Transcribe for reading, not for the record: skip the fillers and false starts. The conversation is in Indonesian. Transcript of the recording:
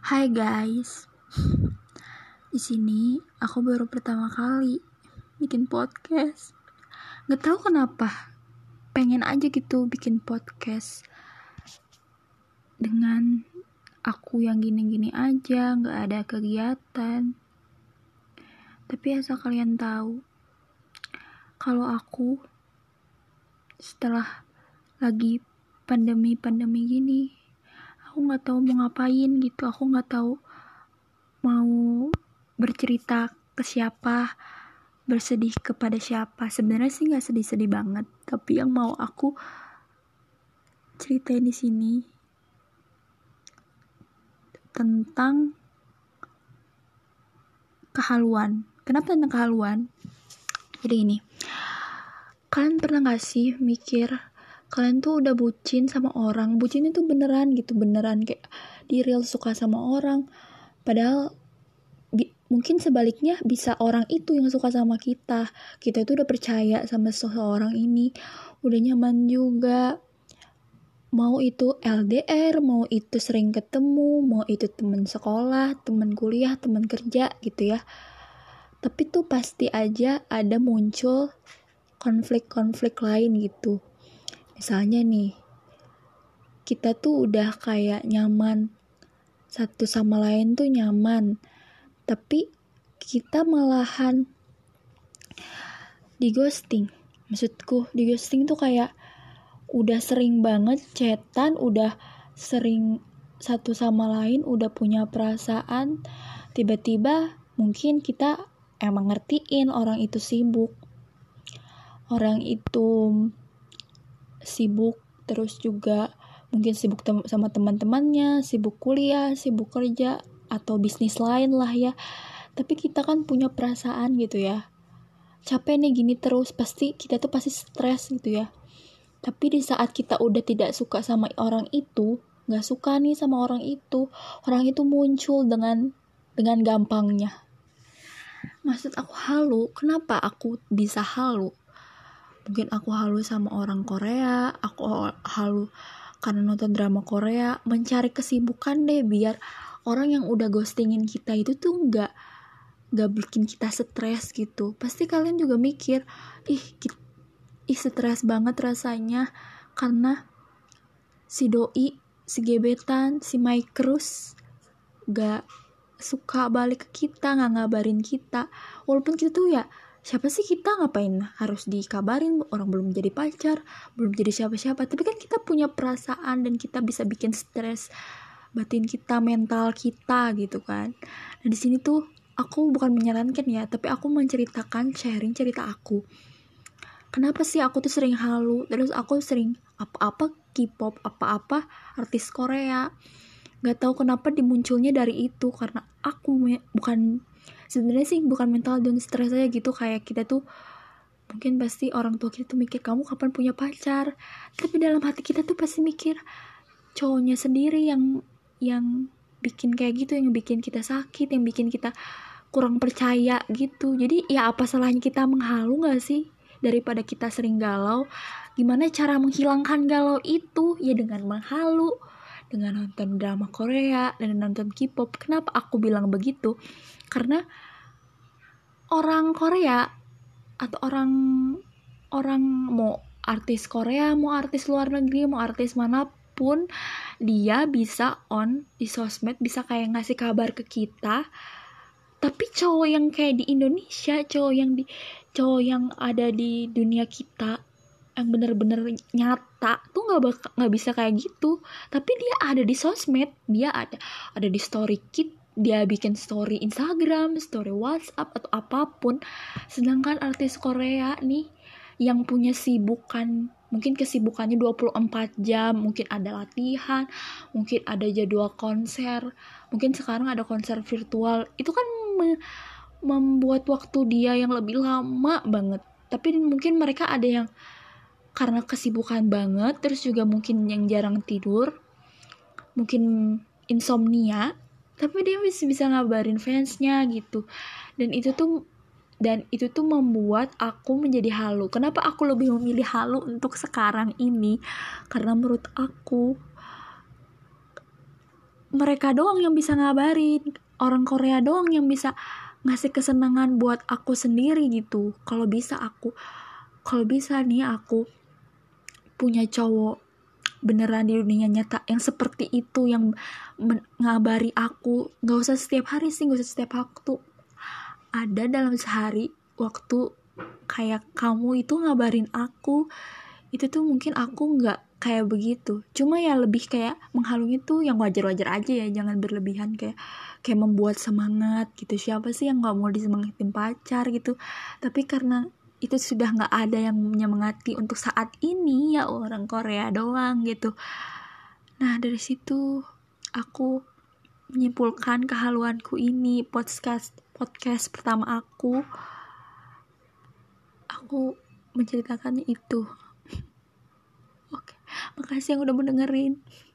Hai guys, di sini aku baru pertama kali bikin podcast. Gak tahu kenapa, pengen aja gitu bikin podcast dengan aku yang gini-gini aja, gak ada kegiatan. Tapi asal kalian tahu, kalau aku setelah lagi pandemi gini, aku gak tahu mau ngapain gitu. Aku gak tahu mau bercerita ke siapa, bersedih kepada siapa. Sebenarnya sih nggak sedih-sedih banget, tapi yang mau aku ceritain di sini tentang kehaluan. Kenapa tentang kehaluan? Jadi ini, kalian pernah nggak sih mikir kalian tuh udah bucin sama orang? Bucin itu beneran gitu, beneran kayak di real suka sama orang. Padahal mungkin sebaliknya bisa orang itu yang suka sama kita. Kita itu udah percaya sama seseorang ini, udah nyaman juga. Mau itu LDR, mau itu sering ketemu, mau itu teman sekolah, teman kuliah, teman kerja gitu ya. Tapi tuh pasti aja ada muncul konflik-konflik lain gitu. Misalnya nih, kita tuh udah kayak nyaman, satu sama lain tuh nyaman, tapi kita malahan di ghosting. Maksudku di ghosting tuh kayak udah sering banget chatan, udah sering satu sama lain, udah punya perasaan, tiba-tiba mungkin kita emang ngertiin orang itu sibuk, terus juga mungkin sibuk sama teman-temannya, sibuk kuliah, sibuk kerja, atau bisnis lain lah ya. Tapi kita kan punya perasaan gitu ya, capek nih gini terus, kita tuh pasti stres gitu ya. Tapi di saat kita udah tidak suka sama orang itu, gak suka nih sama orang itu muncul dengan gampangnya. Maksud aku halu, kenapa aku bisa halu? Mungkin aku halu sama orang Korea, aku halu karena nonton drama Korea, mencari kesibukan deh biar orang yang udah ghostingin kita itu tuh gak bikin kita stres gitu. Pasti kalian juga mikir, ih stres banget rasanya karena si doi, si gebetan, si Maikrus gak suka balik ke kita, gak ngabarin kita. Walaupun kita tuh ya, siapa sih kita, ngapain harus dikabarin, orang belum jadi pacar, belum jadi siapa-siapa. Tapi kan kita punya perasaan dan kita bisa bikin stres batin kita, mental kita gitu kan. Nah di sini tuh aku bukan menyarankan ya, tapi aku menceritakan, sharing cerita aku. Kenapa sih aku tuh sering halu, terus aku sering apa-apa K-pop, apa-apa artis Korea. Gak tahu kenapa dimunculnya dari itu, karena aku sebenarnya sih bukan mental dan stres aja gitu. Kayak kita tuh mungkin pasti orang tua kita tuh mikir, kamu kapan punya pacar? Tapi dalam hati kita tuh pasti mikir cowoknya sendiri yang bikin kayak gitu, yang bikin kita sakit, yang bikin kita kurang percaya gitu. Jadi ya apa salahnya kita menghalu gak sih? Daripada kita sering galau. Gimana cara menghilangkan galau itu? Ya dengan menghalu, dengan nonton drama Korea dan nonton K-pop. Kenapa aku bilang begitu? Karena orang Korea atau orang mau artis Korea, mau artis luar negeri, mau artis manapun, dia bisa on di sosmed, bisa kayak ngasih kabar ke kita. Tapi cowok yang kayak di Indonesia, cowok yang ada di dunia kita, yang bener-bener nyata tuh nggak bisa kayak gitu. Tapi dia ada di sosmed, dia ada di story dia bikin story Instagram, story WhatsApp atau apapun. Sedangkan artis Korea nih yang punya sibukan, mungkin kesibukannya 24 jam, mungkin ada latihan, mungkin ada jadwal konser, mungkin sekarang ada konser virtual. Itu kan membuat waktu dia yang lebih lama banget. Tapi mungkin mereka ada yang karena kesibukan banget, terus juga mungkin yang jarang tidur, mungkin insomnia, tapi dia bisa ngabarin fansnya gitu. Dan itu tuh membuat aku menjadi halu. Kenapa aku lebih memilih halu untuk sekarang ini? Karena menurut aku mereka doang yang bisa ngabarin, orang Korea doang yang bisa ngasih kesenangan buat aku sendiri gitu. Kalau bisa nih aku punya cowok beneran di dunia nyata yang seperti itu, yang ngabari aku, nggak usah setiap hari sih, nggak usah setiap waktu, ada dalam sehari waktu kayak kamu itu ngabarin aku. Itu tuh mungkin aku nggak kayak begitu, cuma ya lebih kayak menghalungi tuh yang wajar-wajar aja ya, jangan berlebihan kayak membuat semangat gitu. Siapa sih yang nggak mau disemangatin pacar gitu? Tapi karena itu sudah nggak ada yang menyemangati untuk saat ini, ya orang Korea doang gitu. Nah dari situ aku menyimpulkan kehaluanku ini, podcast pertama aku menceritakannya itu. Oke, makasih yang udah mendengerin.